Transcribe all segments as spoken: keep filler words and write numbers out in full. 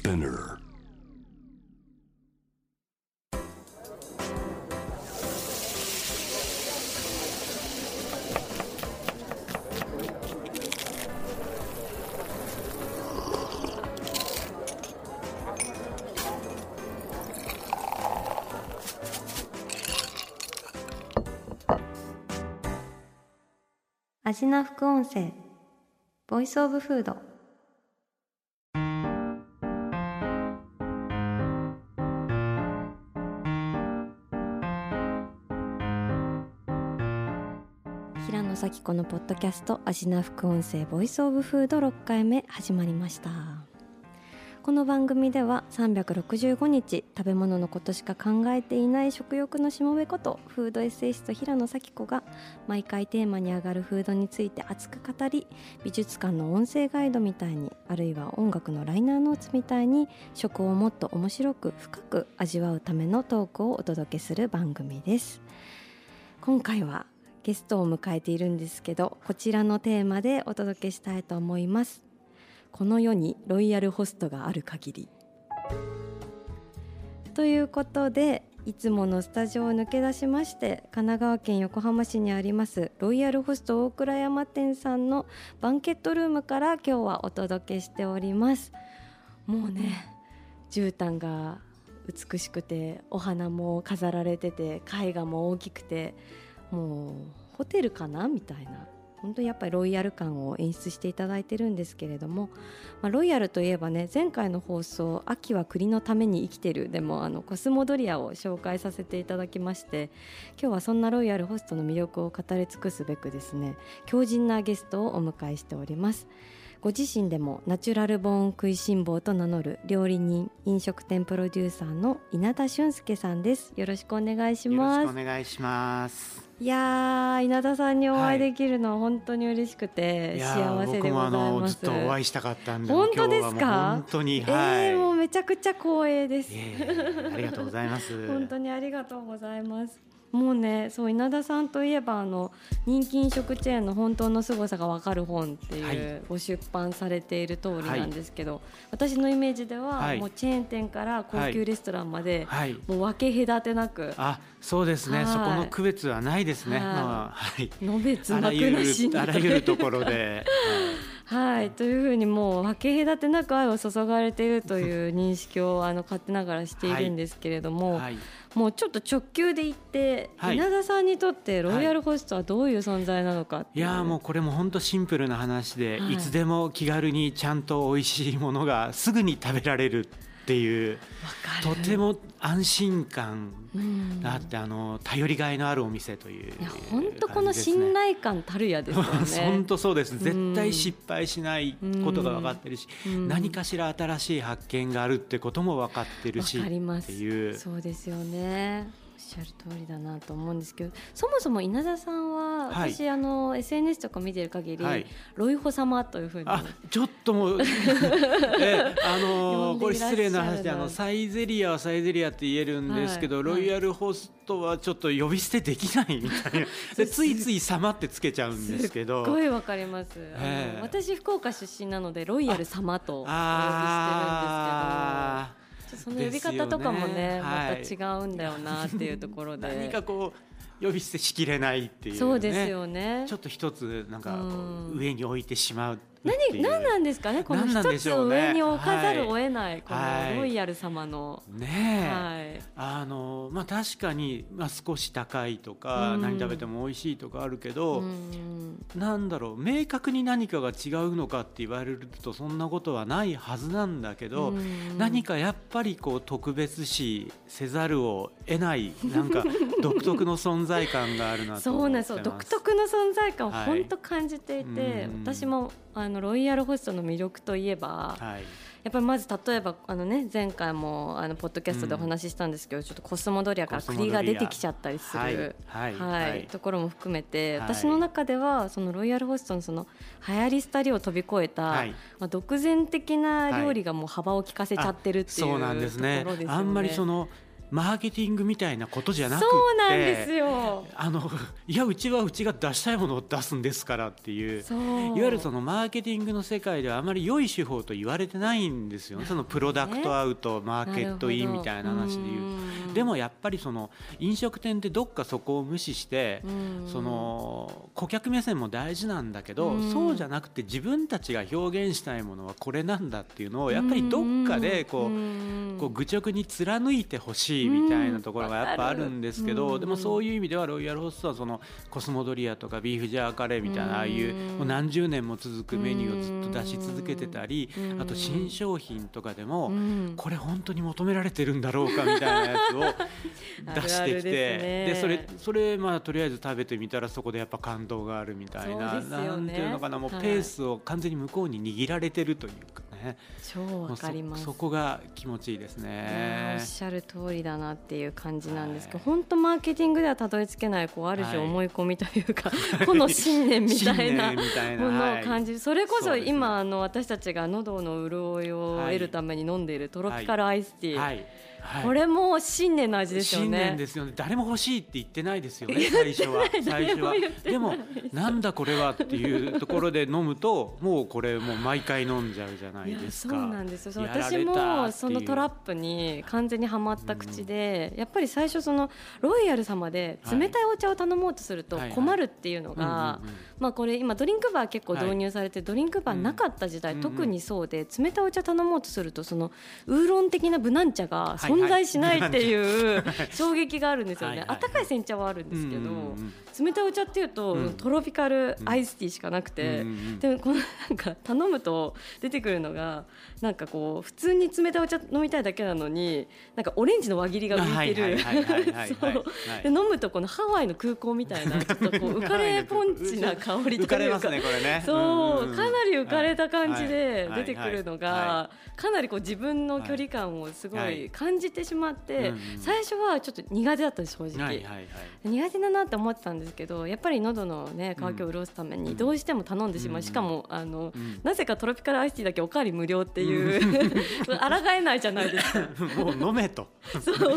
Spinner. アジナ副音声ボイスオブフード。平野咲子のポッドキャストアジナ副音声ボイスオブフードろっかいめ始まりました。この番組ではさんびゃくろくじゅうごにち食べ物のことしか考えていない食欲のしもべことフードエッセイスト平野咲子が毎回テーマに上がるフードについて熱く語り、美術館の音声ガイドみたいに、あるいは音楽のライナーノーツみたいに食をもっと面白く深く味わうためのトークをお届けする番組です。今回はゲストを迎えているんですけど、こちらのテーマでお届けしたいと思います。この世にロイヤルホストがある限り。ということで、いつものスタジオを抜け出しまして、神奈川県横浜市にありますロイヤルホスト大倉山店さんのバンケットルームから今日はお届けしております。もうね、絨毯が美しくて、お花も飾られてて、絵画も大きくて、もうホテルかなみたいな、本当にやっぱりロイヤル感を演出していただいてるんですけれども、まあ、ロイヤルといえばね、前回の放送秋は栗のために生きてるでもあのコスモドリアを紹介させていただきまして、今日はそんなロイヤルホストの魅力を語り尽くすべくですね、強靭なゲストをお迎えしております。ご自身でもナチュラルボーン食いしん坊と名乗る料理人、飲食店プロデューサーの稲田俊介さんです。よろしくお願いします。 よろしくお願いします。 いやー、稲田さんにお会いできるのは本当に嬉しくて、 はい、 幸せでございます。 僕もあのずっとお会いしたかったんで、 本当ですか？ 今日はもう本当に、はい、 えー、もうめちゃくちゃ光栄です、 えー、ありがとうございます本当にありがとうございます。もうね、そう稲田さんといえばあの人気飲食チェーンの本当の凄さが分かる本っていう、はい、ご出版されている通りなんですけど、はい、私のイメージでは、はい、もうチェーン店から高級レストランまで、はい、もう分け隔てなく、 あ、そうですね、はい、そこの区別はないですね、はい、まあ、はい、 のべつ幕なしにあらゆるところではい、というふうにもう分け隔てなく愛を注がれているという認識をあの勝手ながらしているんですけれども、はいはい、もうちょっと直球で言って、はい、稲田さんにとってロイヤルホストはどういう存在なのかっていう、 はい、いやもうこれも本当シンプルな話で、はい、いつでも気軽にちゃんと美味しいものがすぐに食べられるっていう、とても安心感があって、うん、あの頼りがいのあるお店という、 いや本当この信頼感たるやですよね本当そうです。絶対失敗しないことが分かってるし、うん、何かしら新しい発見があるってことも分かってるし、 分かりますっていう。 そうですよね、おっしゃる通りだなと思うんですけど、そもそも稲田さんは、はい、私あの エスエヌエス とか見てる限り、はい、ロイホ様というふうに、 あ、ちょっともうえあのこれ失礼な話で、あのサイゼリアはサイゼリアって言えるんですけど、はい、ロイヤルホストはちょっと呼び捨てできないみたいなでついつい様ってつけちゃうんですけど、 すっごいわかります、えー、あの私福岡出身なのでロイヤル様とお呼びしてるんですけど、その呼び方とかも ね, ね、また違うんだよなっていうところで、 何かこう呼び捨てしきれないっていう、ね、 そうですよね。 ちょっと一つなんかこう上に置いてしまう。 何, 何なんですかね、この一つ上に置かざるを得ない、はい、このロイヤル様の、 ねえ、はい、あのまあ、確かに、まあ、少し高いとか、うん、何食べても美味しいとかあるけど、うん、なんだろう、明確に何かが違うのかって言われるとそんなことはないはずなんだけど、うん、何かやっぱりこう特別視せざるを得ないなんか独特の存在感があるなと思ってます。 そうなんですよ、独特の存在感を本当感じていて、はい、私もあのロイヤルホストの魅力といえば、はい、やっぱりまず例えばあの、ね、前回もあのポッドキャストでお話ししたんですけど、うん、ちょっとコスモドリアから栗が出てきちゃったりする、はいはいはいはい、ところも含めて、はい、私の中ではそのロイヤルホストのその流行り廃りを飛び越えた、はい、まあ、独善的な料理がもう幅を利かせちゃってるっていう、 はい、そうなんですね。 ところですよね。 あんまりそのマーケティングみたいなことじゃなくて、 そうなんですよ。 あのいやうちはうちが出したいものを出すんですからっていう、いわゆるそのマーケティングの世界ではあまり良い手法と言われてないんですよね。そのプロダクトアウト、マーケットインみたいな話でいう。でもやっぱりその飲食店ってどっかそこを無視して、その顧客目線も大事なんだけど、そうじゃなくて自分たちが表現したいものはこれなんだっていうのをやっぱりどっかでこう、こう愚直に貫いてほしいみたいなところがやっぱあるんですけど、でもそういう意味ではロイヤルホストはそのコスモドリアとかビーフジャーカレーみたいなああいうもう何十年も続くメニューをずっと出し続けてたり、あと新商品とかでもこれ本当に求められてるんだろうかみたいなやつを出してきて、でそれそれまあとりあえず食べてみたらそこでやっぱ感動があるみたいな、なんていうのかな、もうペースを完全に向こうに握られてるというかね、 超わかります。 そ, そこが気持ちいいですね。 おっしゃる通りだなっていう感じなんですけど、はい、本当マーケティングではたどり着けないこうある種思い込みというか、はい、この信念みたいなものを感じる、はい、それこそ今あの私たちが喉の潤いを得るために飲んでいるトロピカルアイスティー、はいはいはい、これも信念の味ですよね。 信念ですよね。誰も欲しいって言ってないですよね、最初は。最初はでもなんだこれはっていうところで飲むともうこれもう毎回飲んじゃうじゃないですか。 そうなんですよ。私もそのトラップに完全にはまった口で、うん、やっぱり最初そのロイヤル様で冷たいお茶を頼もうとすると困るっていうのが、まあこれ今ドリンクバー結構導入されて、ドリンクバーなかった時代、特にそうで、冷たいお茶頼もうとするとそのウーロン的な無難茶が存在しないっていう衝撃があるんですよね。あったかい煎茶はあるんですけど、冷たいお茶っていうとトロピカルアイスティーしかなくて、でもこのなんか頼むと出てくるのがなんかこう普通に冷たいお茶飲みたいだけなのになんかオレンジの輪切りが浮いてる、で飲むとこのハワイの空港みたいなちょっとこう浮かれポンチな香りというか、そうかなり浮かれた感じで出てくるのがかなりこう自分の距離感をすごい感じてしまって、最初はちょっと苦手だったんです正直。苦手だなって思ってたんですけど、やっぱり喉のね渇きを潤すためにどうしても頼んでしまう、しかもあのなぜかトロピカルアイスティーだけおかわり無料っていう抗えないじゃないですか。 もう飲めと。 そうそう、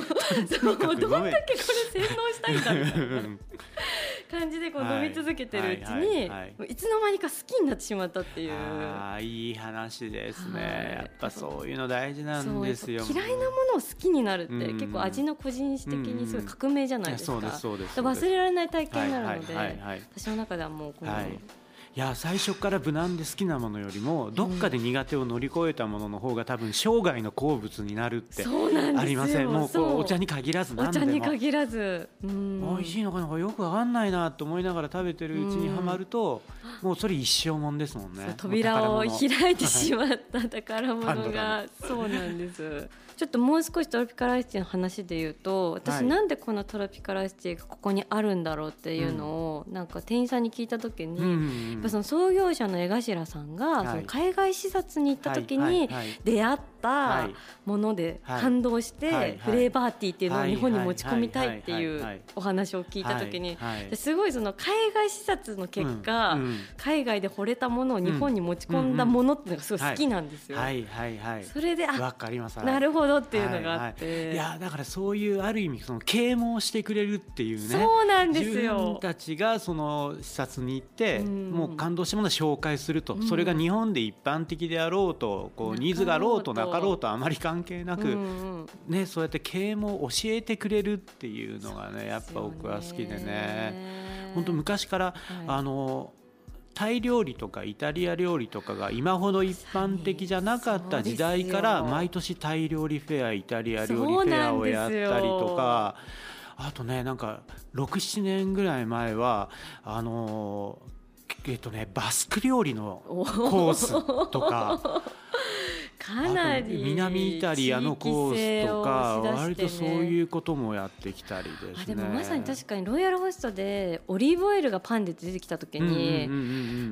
どんだけこれ洗脳したいんだみたいな感じでこう飲み続けてるうちにいつの間にか好きになってしまったっていう。 あ、いい話ですね。やっぱそういうの大事なんですよ。 嫌いなものを好ききになるって結構味の個人史的にすごい革命じゃないですか。忘れられない体験になるので、私の中ではもうこの、はい、 いや最初から無難で好きなものよりもどっかで苦手を乗り越えたものの方が多分生涯の好物になるってありません？もうこうお茶に限らず何でもお茶に限らず、 うん、美味しいのかなんかよく分かんないなと思いながら食べてるうちにはまると、もうそれ一生もんですもんね。 扉を開いてしまった宝物がそうなんです。ちょっともう少しトロピカルアイスティーの話で言うと、私なんでこのトロピカルアイスティーがここにあるんだろうっていうのをなんか店員さんに聞いた時に、うん、やっぱその創業者の江頭さんがその海外視察に行った時に出会ったもので感動してフレーバーティーっていうのを日本に持ち込みたいっていうお話を聞いた時に、すごいその海外視察の結果、うんうん、海外で惚れたものを日本に持ち込んだものっていうのがすごい好きなんですよ。それであ、 わかります。 なるほどっていうのがあって、はいはい、 いやだからそういうある意味その啓蒙してくれるっていうね。 そうなんですよ。 自分たちがその視察に行って、うん、もう感動したものを紹介すると、うん、それが日本で一般的であろうとこうニーズがあろうとなかろうとあまり関係なく、うんね、そうやって啓蒙を教えてくれるっていうのがねやっぱ僕は好きでね。本当昔から、はい、あのタイ料理とかイタリア料理とかが今ほど一般的じゃなかった時代から毎年タイ料理フェア、イタリア料理フェアをやったりとか、あとねなんかろく、ななねんぐらい前はあのえっとねバスク料理のコースとかかなり南イタリアのコースとか、ね、割とそういうこともやってきたりですね。 あでもまさに確かにロイヤルホストでオリーブオイルがパンで出てきた時に、うんうんうんうん、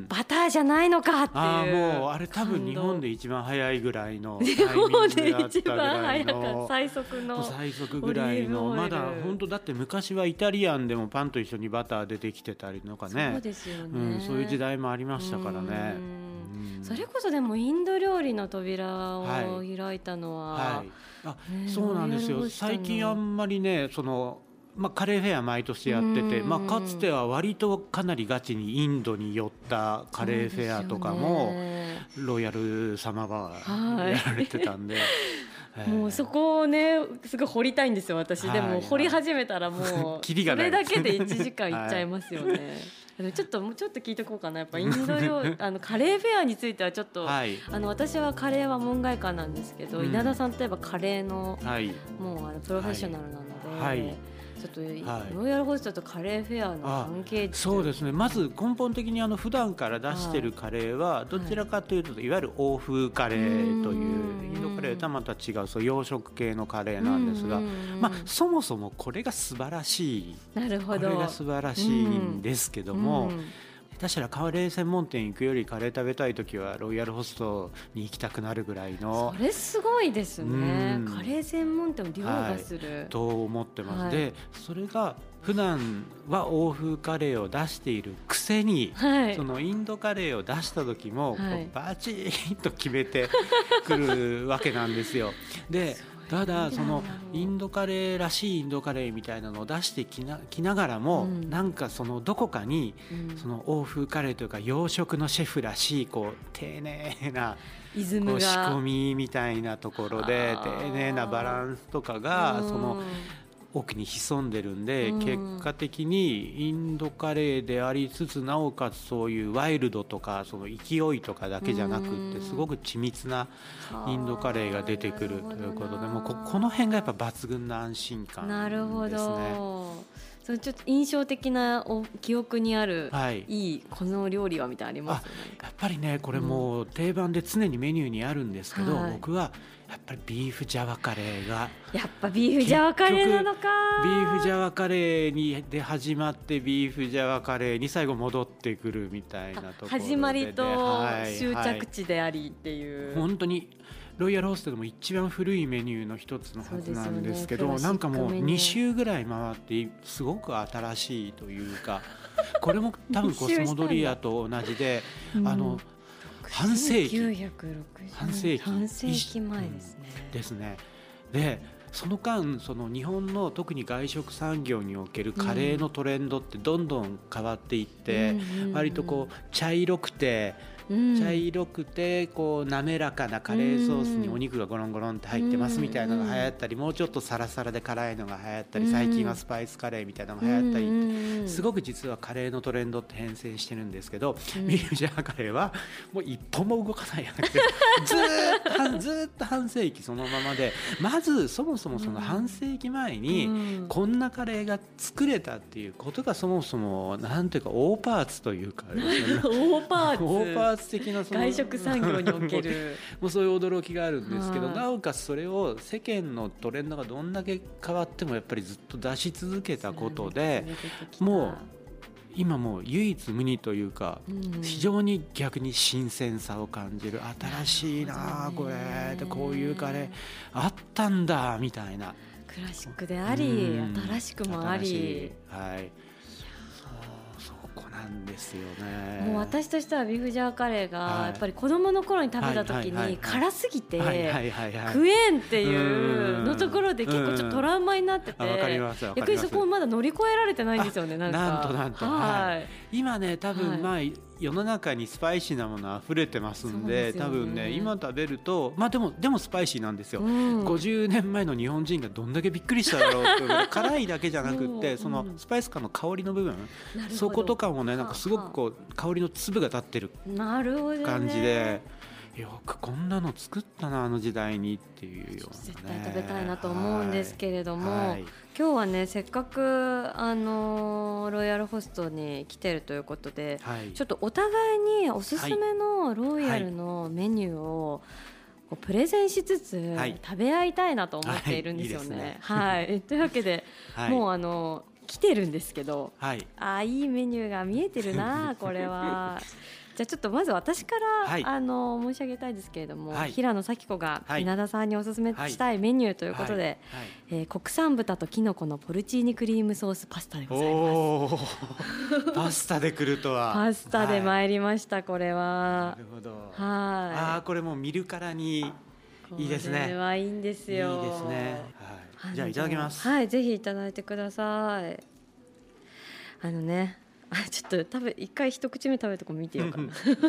バターじゃないのかっていう。 あもうあれ多分日本で一番早いぐらいのタイミングだったぐらいの最速の最速ぐらいのまだ本当だって昔はイタリアンでもパンと一緒にバター出てきてたりとかね。 そうですよね、 うん、そういう時代もありましたからね。うんそれこそでもインド料理の扉を開いたのは、はいはい、 あ、ね、そうなんですよ。最近あんまりねそのまあ、カレーフェア毎年やってて、まあ、かつては割とかなりガチにインドに寄ったカレーフェアとかもロイヤル様がやられてたんで、 はい、もうそこをねすごい掘りたいんですよ私、はい、でも掘り始めたらもうそれだけでいちじかんいっちゃいますよね、はい、ちょっともうちょっと聞いとこうかな。やっぱインド料理あのカレーフェアについてはちょっと、はい、あの私はカレーは門外漢なんですけど、うん、稲田さんといえばカレーの、はい、もうあのプロフェッショナルなので、はいはい、ちょっとロイヤルホストとカレーフェアの関係。 そうですね、まず根本的にあの普段から出しているカレーはどちらかというといわゆる欧風カレーというインドカレーとはまた違うそう洋食系のカレーなんですが、まあ、そもそもこれが素晴らしい。 なるほど。 これが素晴らしいんですけども、下手したらカレー専門店行くよりカレー食べたいときはロイヤルホストに行きたくなるぐらいの。 それすごいですね、カレー専門店を凌駕する、 はい、と思ってます、はい、でそれが普段は欧風カレーを出しているくせに、はい、そのインドカレーを出した時も、はい、バチッと決めてくるわけなんですよ。でただそのインドカレーらしいインドカレーみたいなのを出してき な, きながらも、うん、なんかそのどこかにその欧風カレーというか洋食のシェフらしいこう丁寧なイズムがこう仕込みみたいなところで丁寧なバランスとかがその奥に潜んでるんで、うん、結果的にインドカレーでありつつなおかつそういうワイルドとかその勢いとかだけじゃなくってすごく緻密なインドカレーが出てくるということでもう こ, この辺がやっぱ抜群な安心感ですね。 なるほど。それちょっと印象的な記憶にある、はい、いいこの料理はみたいなあります？ あやっぱりねこれもう定番で常にメニューにあるんですけど、はい、僕はやっぱりビーフジャワカレーがやっぱビーフジャワカレーなのか。 ビーフジャワカレーにで始まってビーフジャワカレーに最後戻ってくるみたいなところで、ね、 始まりと終着地でありっていう、 はいはい、本当にロイヤルホストでも一番古いメニューの一つのはずなんですけど、ね、なんかもうに周ぐらい回ってすごく新しいというかこれも多分コスモドリアと同じであの半世紀半世紀半世紀前ですね、 うん、ですね。でその間その日本の特に外食産業におけるカレーのトレンドってどんどん変わっていって、うん、割とこう茶色くてうん、茶色くてこう滑らかなカレーソースにお肉がゴロンゴロンって入ってますみたいなのが流行ったり、もうちょっとサラサラで辛いのが流行ったり、最近はスパイスカレーみたいなのが流行ったり、すごく実はカレーのトレンドって変遷してるんですけど、ビーフジャワカレーはもう一歩も動かないわけでずーっとずっと半世紀そのままで、まずそもそもその半世紀前にこんなカレーが作れたっていうことがそもそもなんていうか大パーツというか大パーツ大パーツ的なその外食産業におけるもうそういう驚きがあるんですけど、なおかつそれを世間のトレンドがどんだけ変わってもやっぱりずっと出し続けたことで、もう今もう唯一無二というか、非常に逆に新鮮さを感じる、新しいなこれで、こういうカレーあったんだみたいな、 クラシックであり新しくもあり、 はい、なんですよね。 もう私としてはビーフジャワカレーがやっぱり子供の頃に食べた時に辛すぎて食えんっていうのところで結構ちょっとトラウマになってて、逆にそこをまだ乗り越えられてないんですよね。なんかなんとなんと、はい、今ね多分まあ、はい、世の中にスパイシーなもの溢れてますん で, で、ね、多分ね今食べるとまあでもでもスパイシーなんですよ、うん、ごじゅうねんまえの日本人がどんだけびっくりしただろうって辛いだけじゃなくってそのスパイス感の香りの部分、そことかもねなんかすごくこう香りの粒が立ってる感じで、よくこんなの作ったなあの時代にっていうような、ね、 絶対食べたいなと思うんですけれども、はいはい、今日はねせっかくあのロイヤルホストに来てるということで、はい、ちょっとお互いにおすすめのロイヤルのメニューをこうプレゼンしつつ、はい、食べ合いたいなと思っているんですよね。はい、いいですね。はい、というわけで、はい、もうあの来てるんですけど、はい、あいいメニューが見えてるなこれはじゃあちょっとまず私から、 はい、 あの申し上げたいですけれども、はい、平野咲子が稲田さんにおすすめしたいメニューということで、はいはい、えー、国産豚ときのこのポルチーニクリームソースパスタでございます。 パスタで来るとは。 パスタで参りました、はい、これは。 なるほど。はい。 ああ、これもう見るからにいいですね。 これはいいんですよ。 いいですね。はい。じゃあいただきます。 はい、ぜひいただいてください。あのね、あ、ちょっと食べ一回一口目食べとこ見てようかな。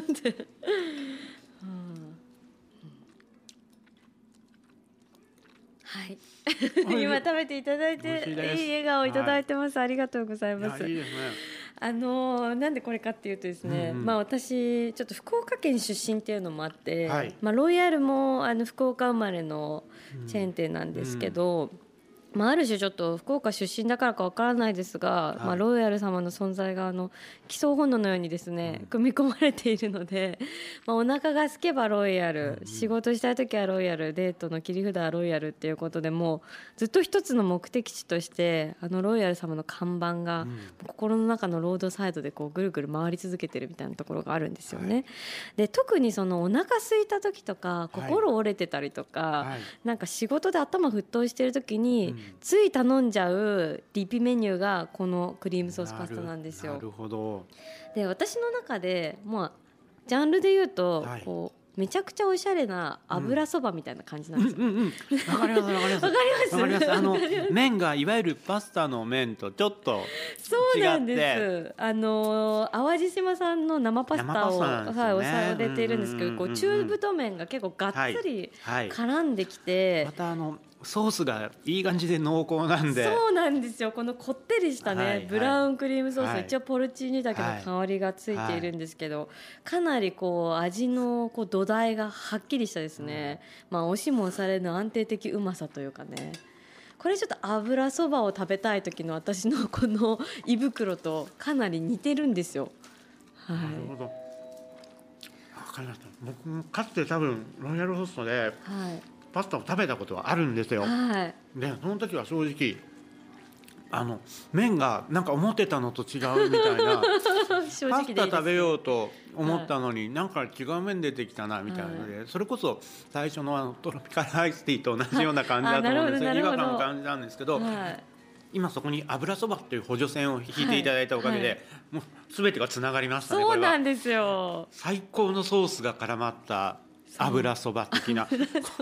はい。今食べていただいていい笑顔いただいてます、はい、ありがとうございます。 いいですね。 あのー、なんでこれかっていうとですね、うんうん、まあ、私ちょっと福岡県出身っていうのもあって、はい、まあ、ロイヤルもあの福岡生まれのチェーン店なんですけど、うんうん、まあ、ある種ちょっと福岡出身だからかわからないですが、はい、まあ、ロイヤル様の存在があの基礎本能のようにですね、うん、組み込まれているので、まあ、お腹が空けばロイヤル、うんうん、仕事したい時はロイヤル、デートの切り札はロイヤルっていうことでもうずっと一つの目的地としてあのロイヤル様の看板が、うん、心の中のロードサイドでこうぐるぐる回り続けてるみたいなところがあるんですよね、はい、で特にそのお腹空いた時とか心折れてたりとか、はい、なんか仕事で頭沸騰してる時に、うん、つい頼んじゃうリピメニューがこのクリームソースパスタなんですよ。 なるほど。 で私の中で、まあ、ジャンルで言うと、はい、こうめちゃくちゃおしゃれな油そばみたいな感じなんですよ。わ、 うんうんうん、かりますわかりますわかります。あの麺がいわゆるパスタの麺とちょっと違って、 そうなんです。あの淡路島さんの生パスタを、ね、はい、おされているんですけど、こう中太麺が結構がっつり絡んできて、 はいはい、またあのソースがいい感じで濃厚なんで、 そうなんですよ。このこってりしたね、はいはい、ブラウンクリームソース、はい、一応ポルチーニだけの香りがついているんですけど、はい、かなりこう味のこう土台がはっきりしたですね、うん、まあ、押しも押されの安定的うまさというかね、これちょっと油そばを食べたい時の私のこの胃袋とかなり似てるんですよ、はい、 なるほど、わかりました。僕もかつて多分ロイヤルホストで、はい、パスタを食べたことはあるんですよ、はい、でその時は正直あの麺がなんか思ってたのと違うみたいな正直でいいですね、パスタ食べようと思ったのに、はい、なんか違う麺出てきたなみたいなので、はい、それこそ最初 の, あのトロピカルアイスティーと同じような感じだと思うんですよ、違和感を感じたんですけど、はい、今そこに油そばっていう補助線を引いていただいたおかげで、はいはい、もう全てがつながりましたね。 そうなんですよ。 最高のソースが絡まった油そば的な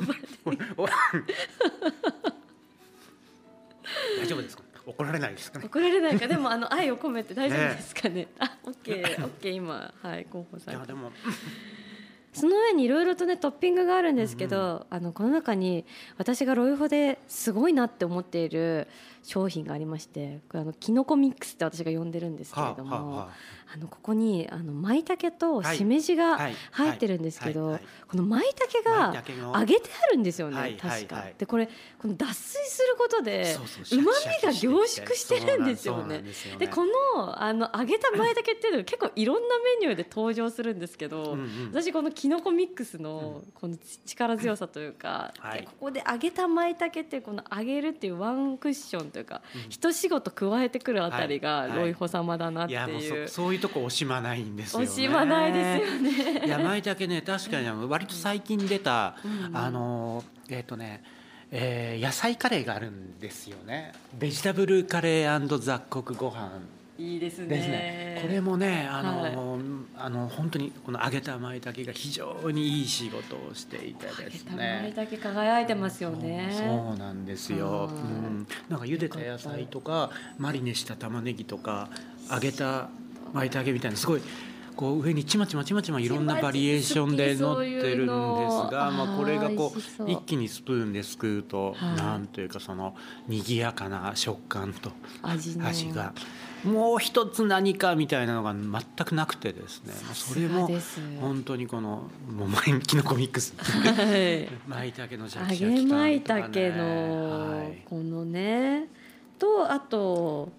大丈夫ですか、怒られないですかね。 怒られないか、でもあの愛を込めて大丈夫ですかね。あ、オッケーオッケー、今はい候補されて、いやでもその上にいろいろとねトッピングがあるんですけど、うんうん、あのこの中に私がロイホですごいなって思っている商品がありまして、これあのキノコミックスって私が呼んでるんですけれども、はあはあ、あのここにあの舞茸としめじが入ってるんですけど、この舞茸が揚げてあるんですよね、はい、確か、はいはい、でこれこの脱水することでうまみが凝縮してるんですよね。でこのあの揚げた舞茸っていうのが結構いろんなメニューで登場するんですけど、うんうん、私このキノコミックスのこの力強さというか、うん、でここで揚げた舞茸っていうこの揚げるっていうワンクッションというか、うん、一仕事加えてくるあたりがロイホ様だなっていう、はいはい、いやもう そ, そういうとこ惜しまないんですよね。 惜しまないですよね。 いや舞茸ね、確かにあの割と最近出た、うん、あのえっとねえー、野菜カレーがあるんですよね。ベジタブルカレー&雑穀ご飯いいです ね, ですね。これもねあの、はい、あの本当にこの揚げた舞茸が非常にいい仕事をしていてですね。 揚げた舞茸輝いてますよね。 そう、そうなんですよ、うん、なんか茹でた野菜とかマリネした玉ねぎとか揚げた舞茸みたいなすごいこう上にちまちまちまちまいろんなバリエーションで乗ってるんですが、まあ、これがこう一気にスプーンですくうと、はい、なんというかその賑やかな食感と味がもう一つ何かみたいなのが全くなくてですね、それも本当にこのもうきのこミックス舞茸のシャキシャキ感とかね、 揚げ舞茸のこのね、はい、とあと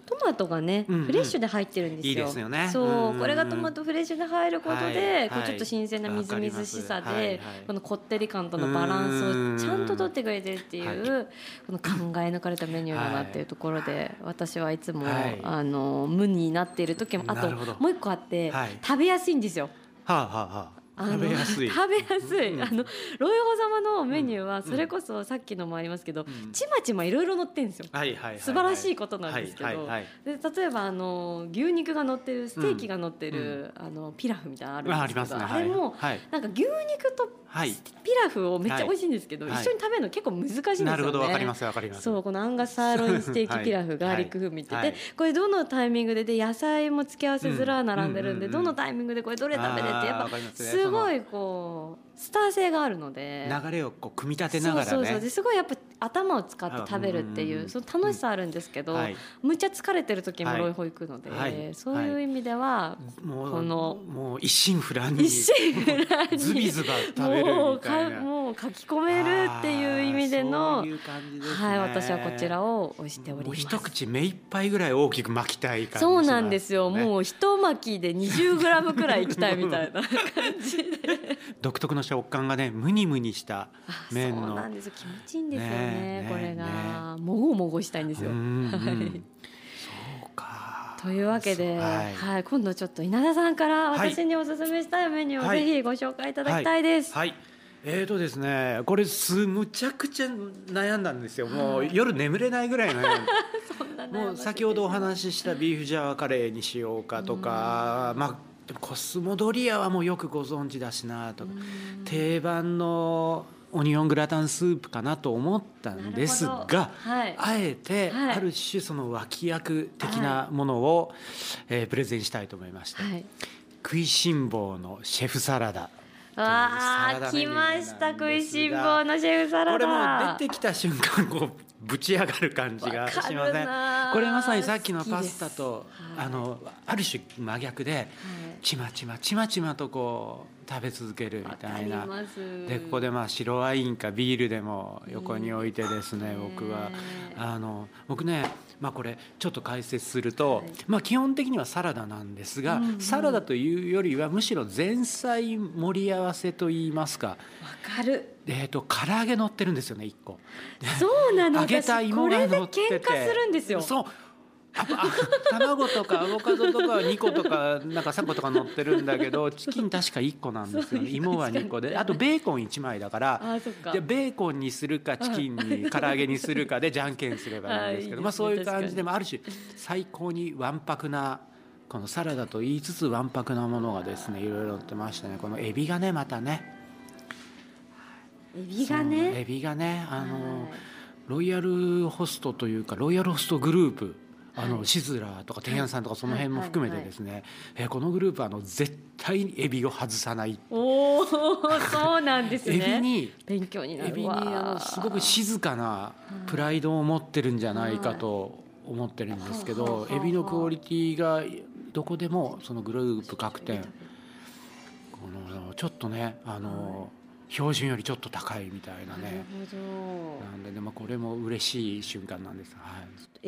トマトがね、うんうん、フレッシュで入ってるんですよ。 いいですよね。 そう、 うんうん、 これがトマトフレッシュで入ることで、 はい、 こうちょっと新鮮なみずみずしさで、はいはい、このこってり感とのバランスをちゃんと取ってくれてるっていう、はい、この考え抜かれたメニューだなっていうところで、はい、私はいつも、はい、あの無になっている時も、あともう一個あって、はい、食べやすいんですよ。 はあはあはあ、食べやすい食べやすい、うん、あのロイホ様のメニューはそれこそさっきのもありますけど、うん、ちまちまいろいろ乗ってるんですよ、はいはいはいはい、素晴らしいことなんですけど、はいはいはい、で例えばあの牛肉が乗ってるステーキが乗ってる、うん、あのピラフみたいなのあるんですけど、 あ, あれも、はい、なんか牛肉とピラフをめっちゃ美味しいんですけど、はい、一緒に食べるの結構難しいんですよね。なるほど、わかりますわかります。そう、このアンガスサーロインステーキピラフ、はい、ガーリック風味って、はい、でこれどのタイミングでで野菜も付け合わせずら並んでるんで、うんうんうんうん、どのタイミングでこれどれ食べれってやっぱすごいこうスター性があるので、 流れをこう組み立てながらね、 そうそうそう、ですごいやっぱ頭を使って食べるっていう、その楽しさあるんですけど、うん、はい、むっちゃ疲れてる時もロイホ行くので、はい、そういう意味では、はい、もうこのもう一心不乱に一心不乱にズビズバ食べるみたいな、 もう書き込めるっていう意味での、 そういう感じですね、 はい、私はこちらを推しております。 一口目いっぱいぐらい大きく巻きたい感じ、ね、 そうなんですよ。もう一巻きで にじゅうグラム くらいいきたいみたいな感じで独特の食感がね、ムニムニした麺の、 そうなんです、気持ちいいんですよ ね, ね, これが、ね、もごもごしたいんですよ。うん、はい、 そうか。 というわけで、はいはい、今度ちょっと稲田さんから私におすすめしたいメニューをぜひご紹介いただきたいです。 はいはいはい、えーとですね、これすむちゃくちゃ悩んだんですよ。もう夜眠れないぐらい悩んだそんな悩ましいですね。もう先ほどお話ししたビーフジャワカレーにしようかとか、まあでもコスモドリアはもうよくご存知だしなとか、定番のオニオングラタンスープかなと思ったんですが、はい、あえてある種その脇役的なものを、はい、えー、プレゼンしたいと思いまして、はい、食いしん坊のシェフサラダ。 あー、来ました、食いしん坊のシェフサラダ。 これもう出てきた瞬間こうぶち上がる感じがしません？これまさにさっきのパスタと、はい、あのある種真逆で、はい、ちまちまちまちまとこう食べ続けるみたいな。でここでまあ白ワインかビールでも横に置いてですね、うん、僕はあの僕ね、まあ、これちょっと解説すると、はい、まあ、基本的にはサラダなんですが、うんうん、サラダというよりはむしろ前菜盛り合わせといいますか。 わかる。 えーと、唐揚げ乗ってるんですよね、いっこ。 そうなの。 揚げた芋が乗ってて、 これで喧嘩するんですよ。 そう、卵とかアボカドとかにことかなんかさんことか乗ってるんだけど、チキン確かいっこなんですよね。芋はにこで、あとベーコンいちまいだから、あ、そっか、でベーコンにするかチキンに唐揚げにするかでじゃんけんすればいいんですけど、まあ、そういう感じでもある種最高にわんぱくなこのサラダと言いつつわんぱくなものがですねいろいろ乗ってましたね。このエビがね、またね、 エビがね、 エビがね、あのロイヤルホストというかロイヤルホストグループ、あのシズラーとか天安さんとかその辺も含めてですね、えこのグループはあの絶対にエビを外さない。 おお、そうなんですね。 エビに勉強になるわ。 エビにあのすごく静かなプライドを持ってるんじゃないかと思ってるんですけど、エビのクオリティがどこでもそのグループ各店このちょっとね、あの標準よりちょっと高いみたいなね。なるほど。なんで、でもこれも嬉しい瞬間なんです。はい。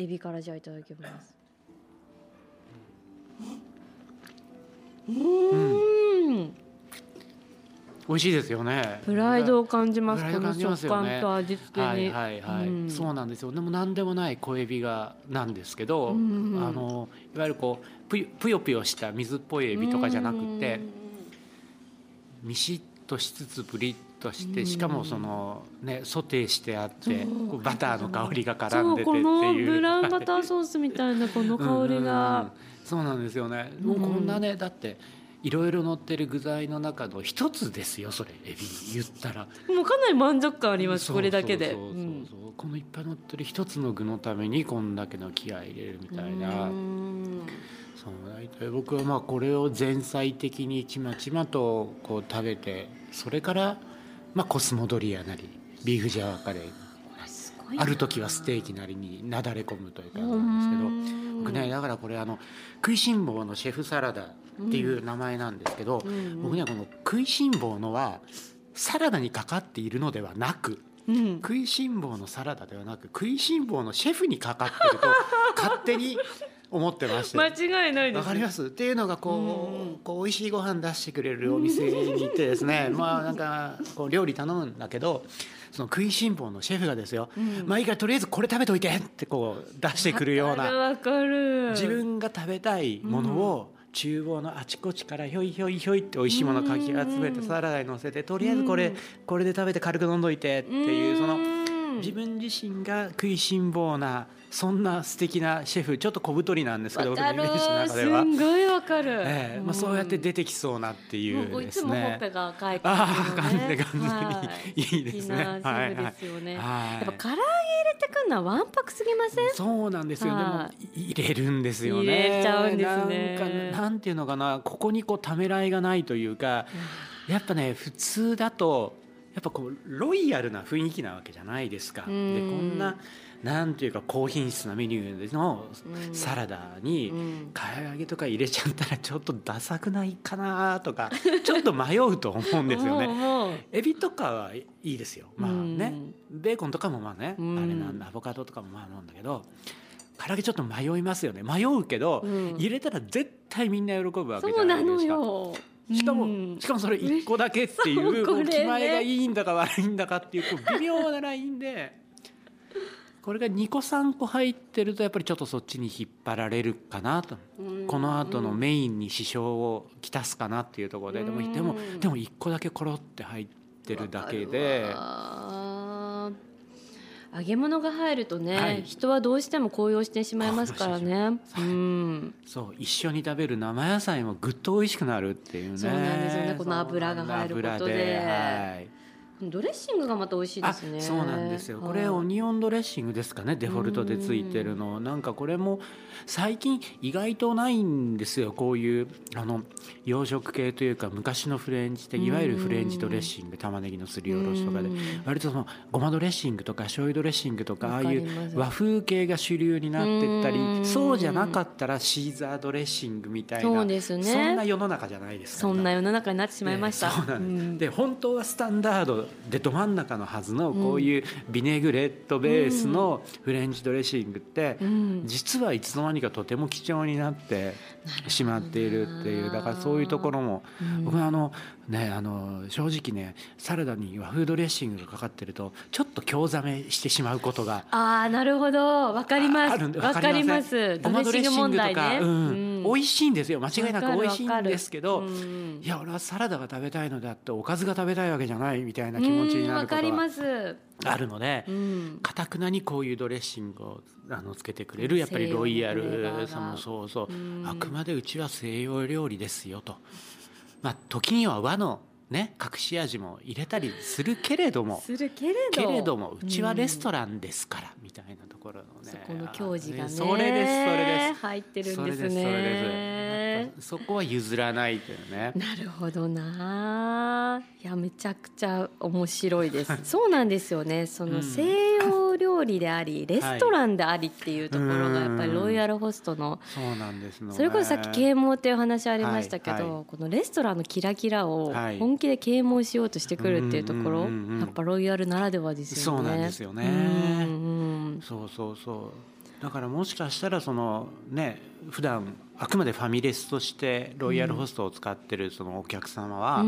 エビからじゃあいただきます。うん。うん、 美味しいですよね。 プライドを感じます。この食感と味付けに。 はいはいはい。うん、そうなんですよ。でも何でもない小エビがなんですけど、うんうん、あのいわゆるこうぷぷよぷよした水っぽいエビとかじゃなくて、ミシッとしつつプリッとして、しかもそのねソテーしてあってバターの香りが絡んでてっていう、 そうこのブラウンバターソースみたいなこの香りが、うん、 そうなんですよね。もうこんなね、だっていろいろ乗ってる具材の中の一つですよ、それエビ言ったら。 もうかなり満足感あります。これだけで。 このいっぱい乗ってる一つの具のためにこんだけの気合い入れるみたいな。そう大体僕はまあこれを前菜的にちまちまとこう食べて、それからまあコスモドリアなりビーフジャワカレー、ある時はステーキなりになだれ込むというかなんですけど、僕ねだからこれあの食いしん坊のシェフサラダっていう名前なんですけど、僕ねこの食いしん坊のはサラダにかかっているのではなく、 うん、 食いしん坊のサラダではなく食いしん坊のシェフにかかってると勝手に思ってました。 間違いないです。 わかりますっていうのがこう、うん、こう美味しいご飯出してくれるお店に行ってですねまあなんかこう料理頼むんだけど、その食いしん坊のシェフがですよ、うん、まあいいからとりあえずこれ食べといてってこう出してくるような、 わかる、 自分が食べたいものを、うん、厨房のあちこちからひょいひょいひょいって美味しいものかき集めてサラダに乗せて、とりあえずこれ、うん、これで食べて軽く飲んどいてっていう、その自分自身が食いしん坊なそんな素敵なシェフ、ちょっと小太りなんですけど僕のイメージの中ではすんごいわかる、 えーまあ、そうやって出てきそうなっていうですね、 もういつもほっぺが赤い感じのね、 あ感じで感じで、はい、いいですね、 好きなシェフですよね、 はいはい、 やっぱ唐揚げ入れてくるのはわんぱくすぎません？ そうなんですよね、もう入れるんですよね、 入れちゃうんですね。 なんかなんていうのかな、ここにこうためらいがないというか、やっぱね普通だとやっぱこうロイヤルな雰囲気なわけじゃないですか。でこんななんていうか高品質なメニューのサラダに唐揚げとか入れちゃったらちょっとダサくないかなとかちょっと迷うと思うんですよね。エビとかはいいですよ、まあね、ベーコンとかもまあね、あれなんだ、アボカドとかもまあなんだけど、唐揚げちょっと迷いますよね。迷うけど、入れたら絶対みんな喜ぶわけじゃないですか。そうなのよ。しかも、うん、しかもそれいっこだけっていう、う気前がいいんだか悪いんだかっていう、こう微妙なラインでこれがにこさんこ入ってるとやっぱりちょっとそっちに引っ張られるかなと、この後のメインに支障をきたすかなっていうところで、でもでもでもいっこだけコロって入ってるだけで、 揚げ物が入るとね、はい、人はどうしても高揚してしまいますからね、うん、 そう一緒に食べる生野菜もぐっと美味しくなるっていうね。 そうなんですよね、この油が入ることで、で、はい、ドレッシングがまた美味しいですね。 そうなんですよ、これオニオンドレッシングですかね、デフォルトでついてるの。なんかこれも最近意外とないんですよ、こういうあの洋食系というか昔のフレンチ的、いわゆるフレンチドレッシング、玉ねぎのすりおろしとかで割とそのごまドレッシングとか醤油ドレッシングとか、ああいう和風系が主流になっていったり、そうじゃなかったらシーザードレッシングみたいな、そうですね、そんな世の中じゃないですか。 そんな世の中になってしまいました。 そうなんです、うん、で本当はスタンダードでど真ん中のはずのこういうビネグレットベースのフレンチドレッシングって実はいつの間にかとても貴重になってしまっているっていう、だからそういうところも僕はあのね、あの正直ね、サラダに和風ドレッシングがかかってるとちょっと興ざめしてしまうことが、 ああなるほど、わかります、わかります。 ごまドレッシングとか、うん、美味しいんですよ、間違いなく美味しいんですけど、いや俺はサラダが食べたいのであっておかずが食べたいわけじゃないみたいな気持ちになることがあるので、かたくなにこういうドレッシングをあのつけてくれるやっぱりロイヤル、そのそうそう、あくまでうちは西洋料理ですよと、まあ時には和のね隠し味も入れたりするけれどもするけれどけれどもうちはレストランですからみたいなところのね、 そこの矜持がね、 それですそれです入ってるんですね。 それですそれです、そこは譲らないというね。 なるほどな、いやめちゃくちゃ面白いですそうなんですよね、その西洋料理でありレストランでありっていうところがやっぱりロイヤルホストの、 そうなんですのね、 それこそさっき啓蒙っていう話ありましたけど、はいはい、このレストランのキラキラを本気で啓蒙しようとしてくるっていうところ、はい、やっぱロイヤルならではですよね。 そうなんですよね、うんうん、そうそうそう、だからもしかしたらそのね普段あくまでファミレスとしてロイヤルホストを使ってるそのお客様は、うん、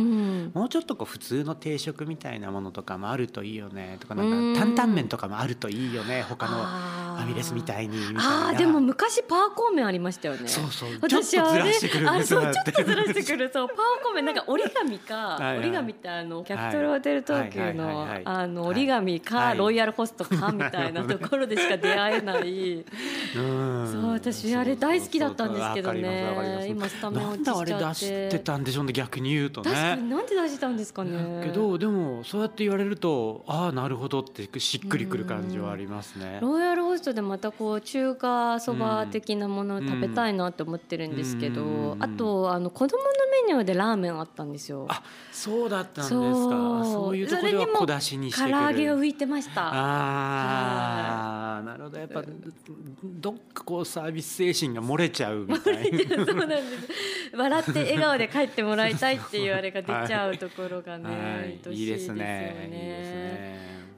もうちょっとこう普通の定食みたいなものとかもあるといいよねとか、なんか担々麺とかもあるといいよね、他のファミレスみたいにみたいな。 あでも昔パーコー麺ありましたよね。 そうそう、ちょっとずらしてくるんですよ。 あ、そうちょっとずらしてくるそうパーコー麺なんか折り紙かはい、はい、折り紙ってあのキャピトルホテル東急のあの折り紙か、はい、ロイヤルホストかみたいなところでしか出会えない、うん、そう私あれ大好きだったんですけどね。今スタメン落ちしちゃって、 なんであれ出してたんでしょうね、逆に言うとね。 確かになんで出してたんですかね。 けどでもそうやって言われるとああなるほどってしっくりくる感じはありますね。 ロイヤルホストでまたこう中華そば的なものを食べたいなと思ってるんですけど、あとあの子供のメニューでラーメンあったんですよ。 あ、そうだったんですか。そう、そういうところでは小出しにしてくれる。 唐揚げを浮いてました。 ああ、なるほど、やっぱどっかこうサービス精神が漏れちゃうみたいな。 そうなんです。笑って笑顔で帰ってもらいたいっていうあれが出ちゃうところがね、 はい、いいですね。いいですね。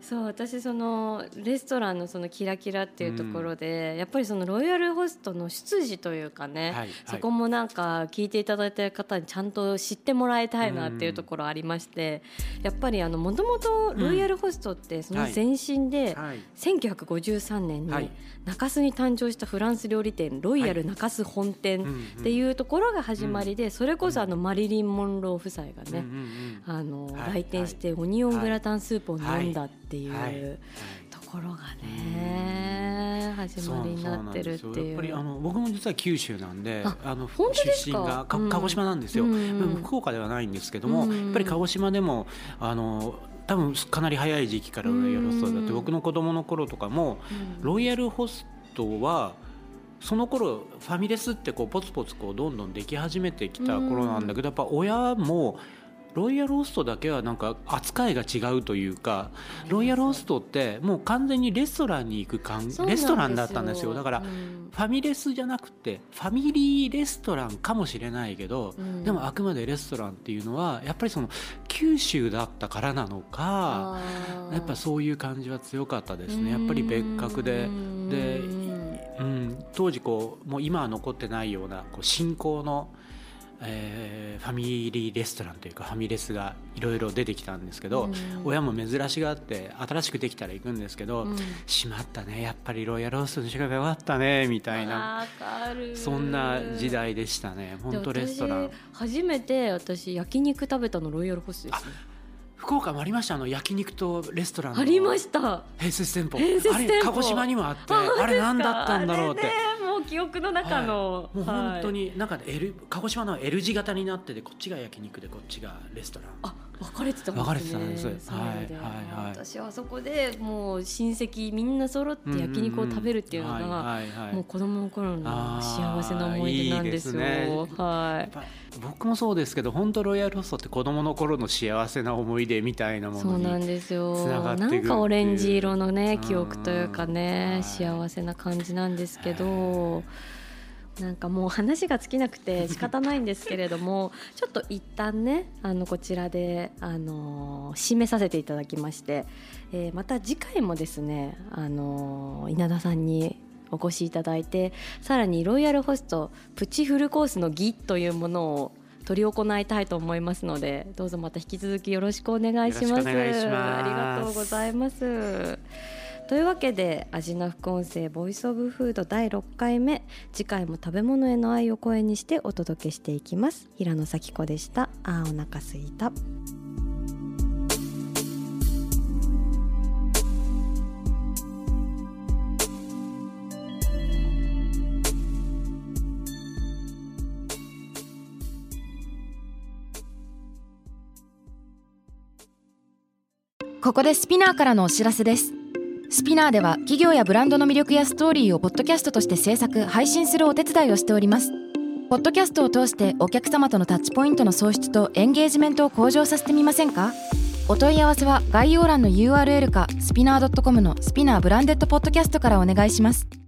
そう私そのレストランのそのキラキラっていうところで、うん、やっぱりそのロイヤルホストの出自というかね、はいはい、そこもなんか聞いていただいている方にちゃんと知ってもらいたいなっていうところありまして、うん、やっぱりもともとロイヤルホストってその前身でせんきゅうひゃくごじゅうさんねんに中洲に誕生したフランス料理店ロイヤル中洲本店っていうところが始まりで、それこそあのマリリン・モンロー夫妻がね、あの来店してオニオングラタンスープを飲んだっていうところがね始まりになってるっていう。 やっぱりあの僕も実は九州なんで、 ああの本当ですか？ 出身がか鹿児島なんですよ、うんうん、福岡ではないんですけども、うんうん、やっぱり鹿児島でもあの多分かなり早い時期からロイヤルホストだって、うんうん、僕の子供の頃とかも、うん、ロイヤルホストはその頃ファミレスってこうポツポツこうどんどんでき始めてきた頃なんだけど、やっぱ親もロイヤルホストだけはなんか扱いが違うというか、ロイヤルホストってもう完全にレストランに行く感レストランだったんですよ。だからファミレスじゃなくてファミリーレストランかもしれないけど、でもあくまでレストランっていうのはやっぱりその九州だったからなのか、やっぱそういう感じは強かったですね。やっぱり別格でで、うん、当時こうもう今は残ってないようなこう新興のえー、ファミリーレストランというかファミレスがいろいろ出てきたんですけど、うん、親も珍しがあって新しくできたら行くんですけど、うん、しまったねやっぱりロイヤルホストにしかよかったねみたいな、そんな時代でしたね。本当レストラン初めて私焼肉食べたのロイヤルホストですね。 福岡もありました、あの焼肉とレストランのありました。 併設店舗、 併設店舗あれ鹿児島にもあって、あれ何だったんだろうって、 もう記憶の中の、 はい、もう本当になんか L 鹿児島の L 字型になってて、こっちが焼肉でこっちがレストラン、 あ分かれてたんですね。 分かれてたんです、はいはいはい、私はそこでもう親戚みんな揃って焼肉を食べるっていうのがもう子供の頃の幸せな思い出なんですよ。いいですね、はい、 僕もそうですけど本当ロイヤルホストって子供の頃の幸せな思い出みたいなものにつながってくるっていう。 そうなんですよ。なんかオレンジ色のね記憶というかね、幸せな感じなんですけど、なんかもう話が尽きなくて仕方ないんですけれどもちょっと一旦ねあのこちらで、あのー、締めさせていただきまして、えー、また次回もですね、あのー、稲田さんにお越しいただいて、さらにロイヤルホストプチフルコースの儀というものを執り行いたいと思いますので、どうぞまた引き続きよろしくお願いします。 よろしくお願いします。 ありがとうございます。というわけで味の副音声ボイスオブフードだいろっかいめ、次回も食べ物への愛を声にしてお届けしていきます。平野咲子でした。あーお腹すいた。 ここでスピナーからのお知らせです。スピナーでは企業やブランドの魅力やストーリーをポッドキャストとして制作・配信するお手伝いをしております。ポッドキャストを通してお客様とのタッチポイントの創出とエンゲージメントを向上させてみませんか？お問い合わせは概要欄の ユーアールエル かスピナー ドットコム のスピナーブランデッドポッドキャストからお願いします。